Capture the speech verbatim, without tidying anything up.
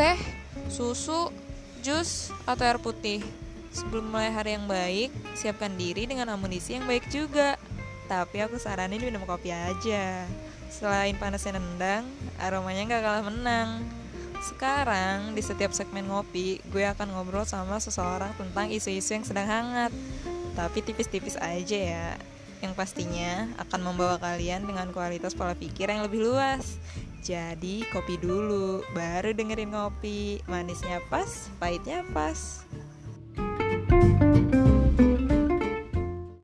teh, susu, jus, atau air putih. Sebelum mulai hari yang baik, siapkan diri dengan amunisi yang baik juga. Tapi aku saranin minum kopi aja. Selain panasnya nendang, aromanya gak kalah menang. Sekarang di setiap segmen ngopi, gue akan ngobrol sama seseorang tentang isu-isu yang sedang hangat. Tapi tipis-tipis aja ya. Yang pastinya akan membawa kalian dengan kualitas pola pikir yang lebih luas. Jadi kopi dulu, baru dengerin ngopi. Manisnya pas, pahitnya pas.